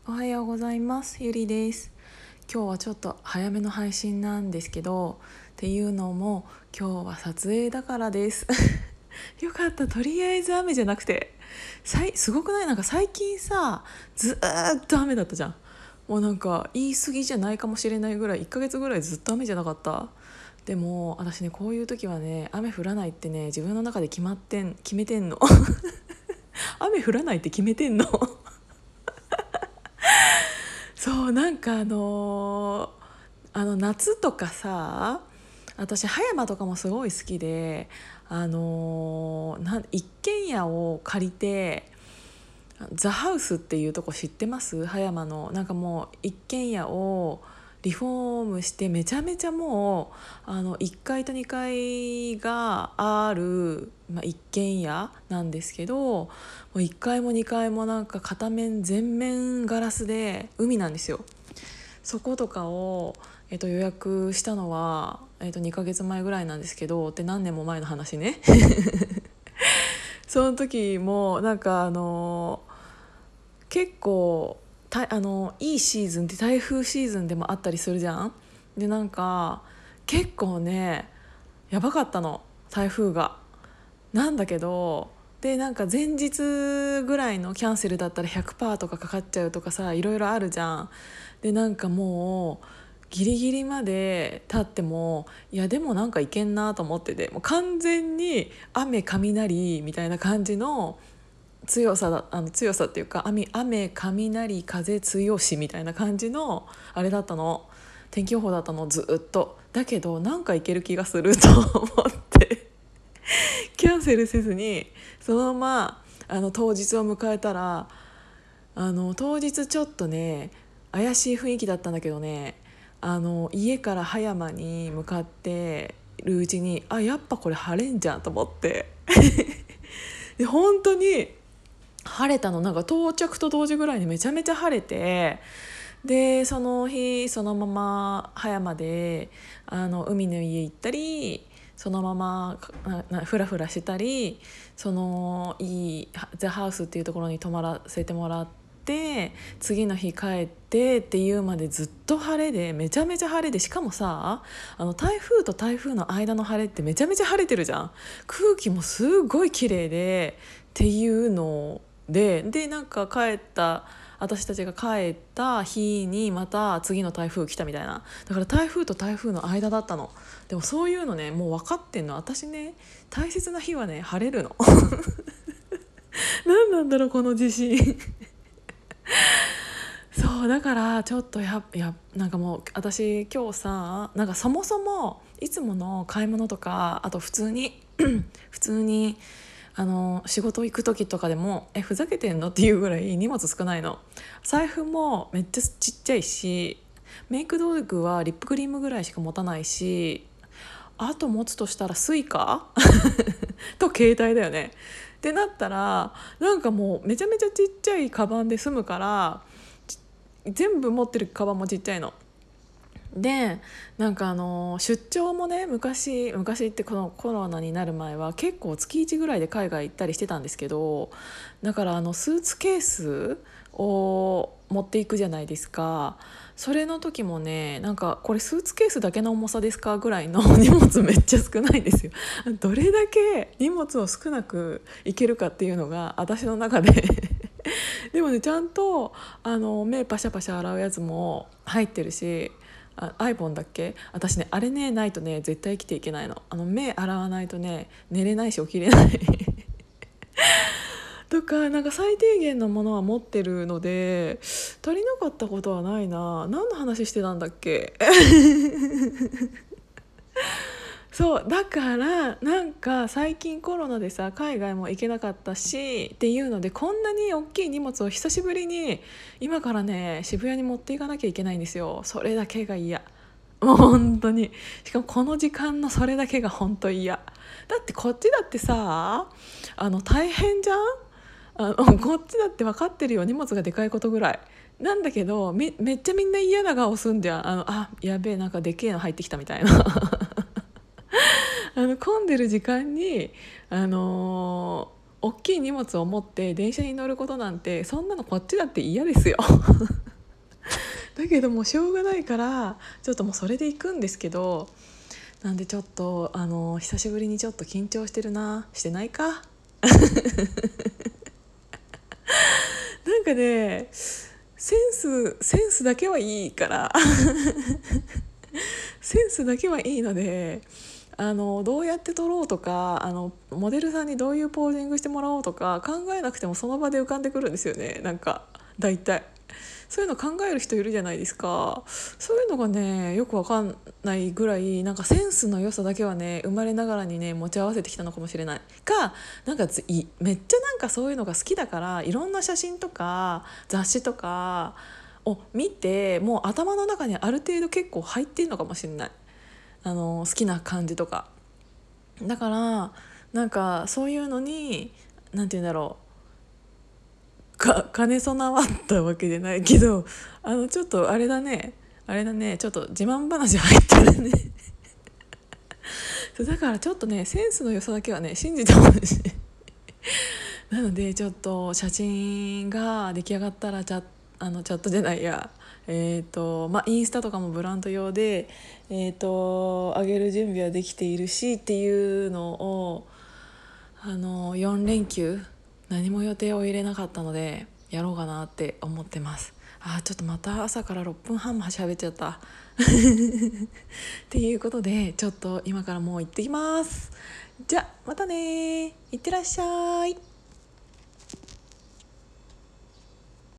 おはようございます。ゆりです。今日はちょっと早めの配信なんですけど、っていうのも今日は撮影だからですよかった。とりあえず雨じゃなくてすごくない？なんか最近さ、ずーっと雨だったじゃん。もうなんか言い過ぎじゃないかもしれないぐらい、1ヶ月ぐらいずっと雨じゃなかった？でも私ね、こういう時はね、雨降らないってね、自分の中で決めてんの雨降らないって決めてんのそうなんか夏とかさ、私葉山とかもすごい好きで、一軒家を借りて、ザハウスっていうとこ知ってます？葉山のなんかもう一軒家をリフォームして、めちゃめちゃもう1階と2階がある、一軒家なんですけど、もう1階も2階もなんか片面全面ガラスで海なんですよ。そことかを、予約したのは、2ヶ月前ぐらいなんですけど、って何年も前の話ねその時もなんか結構いいシーズンって台風シーズンでもあったりするじゃん。でなんか結構ね、やばかったの、台風が。なんだけど、でなんか前日ぐらいのキャンセルだったら100%とかかかっちゃうとかさ、いろいろあるじゃん。でなんかもうギリギリまで経っても、いやでもなんかいけんなと思ってて、もう完全に雨雷みたいな感じの強さっていうか、雨雷風強しみたいな感じのあれだったの、天気予報だったのずっと。だけどなんかいける気がすると思ってキャンセルせずにそのまま当日を迎えたら、当日ちょっとね怪しい雰囲気だったんだけどね、家から葉山に向かってるうちに、やっぱこれ晴れんじゃんと思ってで本当に晴れたの。なんか到着と同時ぐらいにめちゃめちゃ晴れて、でその日そのまま葉山で海の家行ったり、そのままフラフラしたり、そのいいザ・ハウスっていうところに泊まらせてもらって、次の日帰ってっていうまでずっと晴れで、めちゃめちゃ晴れで、しかもさ、台風と台風の間の晴れってめちゃめちゃ晴れてるじゃん。空気もすごい綺麗でっていうのでなんか私たちが帰った日にまた次の台風来たみたいな。だから台風と台風の間だったの。でもそういうのね、もう分かってんの。私ね、大切な日はね晴れるの何なんだろうこの自信そうだからちょっとなんかもう私今日さ、なんかそもそもいつもの買い物とか、あと普通に普通に仕事行く時とかでもふざけてんのっていうぐらい荷物少ないの。財布もめっちゃちっちゃいし、メイク道具はリップクリームぐらいしか持たないし、あと持つとしたらスイカと携帯だよね。ってなったらなんかもうめちゃめちゃちっちゃいカバンで済むから、全部持ってるカバンもちっちゃいので、なんか出張もね、昔ってこのコロナになる前は結構月1ぐらいで海外行ったりしてたんですけど、だからスーツケースを持っていくじゃないですか。それの時もね、なんかこれスーツケースだけの重さですかぐらいの荷物めっちゃ少ないんですよ。どれだけ荷物を少なくいけるかっていうのが私の中ででもね、ちゃんと目パシャパシャ洗うやつも入ってるし、アイボンだっけ、私ねあれねないとね絶対生きていけないの。目洗わないとね寝れないし起きれないとか、なんか最低限のものは持ってるので、足りなかったことはないな。何の話してたんだっけそうだからなんか最近コロナでさ、海外も行けなかったしっていうので、こんなに大きい荷物を久しぶりに今からね渋谷に持っていかなきゃいけないんですよ。それだけが嫌。もう本当に。しかもこの時間のそれだけが本当嫌だって。こっちだってさ、大変じゃん。こっちだって分かってるよ、荷物がでかいことぐらいなんだけど、めっちゃみんな嫌な顔すんじゃん。やべえ、なんかでけえの入ってきたみたいな混んでる時間に、 大きい荷物を持って電車に乗ることなんてそんなのこっちだって嫌ですよだけどもうしょうがないからちょっともうそれで行くんですけど、なんでちょっと久しぶりにちょっと緊張してるな。してないかなんかねセンスだけはいいからセンスだけはいいので、どうやって撮ろうとかモデルさんにどういうポージングしてもらおうとか考えなくてもその場で浮かんでくるんですよね。なんか大体そういうの考える人いるじゃないですか。そういうのがねよくわかんないぐらい、なんかセンスの良さだけはね生まれながらにね持ち合わせてきたのかもしれないか。なんかめっちゃなんかそういうのが好きだから、いろんな写真とか雑誌とかを見てもう頭の中にある程度結構入ってんのかもしれない。好きな感じとかだから、なんかそういうのになんて言うんだろう、兼ね備わったわけじゃないけど、ちょっとあれだねちょっと自慢話入ってるねそうだからちょっとねセンスの良さだけはね信じてほしいなのでちょっと写真が出来上がったらチャットじゃないや、インスタとかもブランド用で上げる準備はできているしっていうのを4連休何も予定を入れなかったのでやろうかなって思ってます。ちょっとまた朝から6分半も喋っちゃったっていうことでちょっと今からもう行ってきます。じゃあまたね、いってらっしゃい。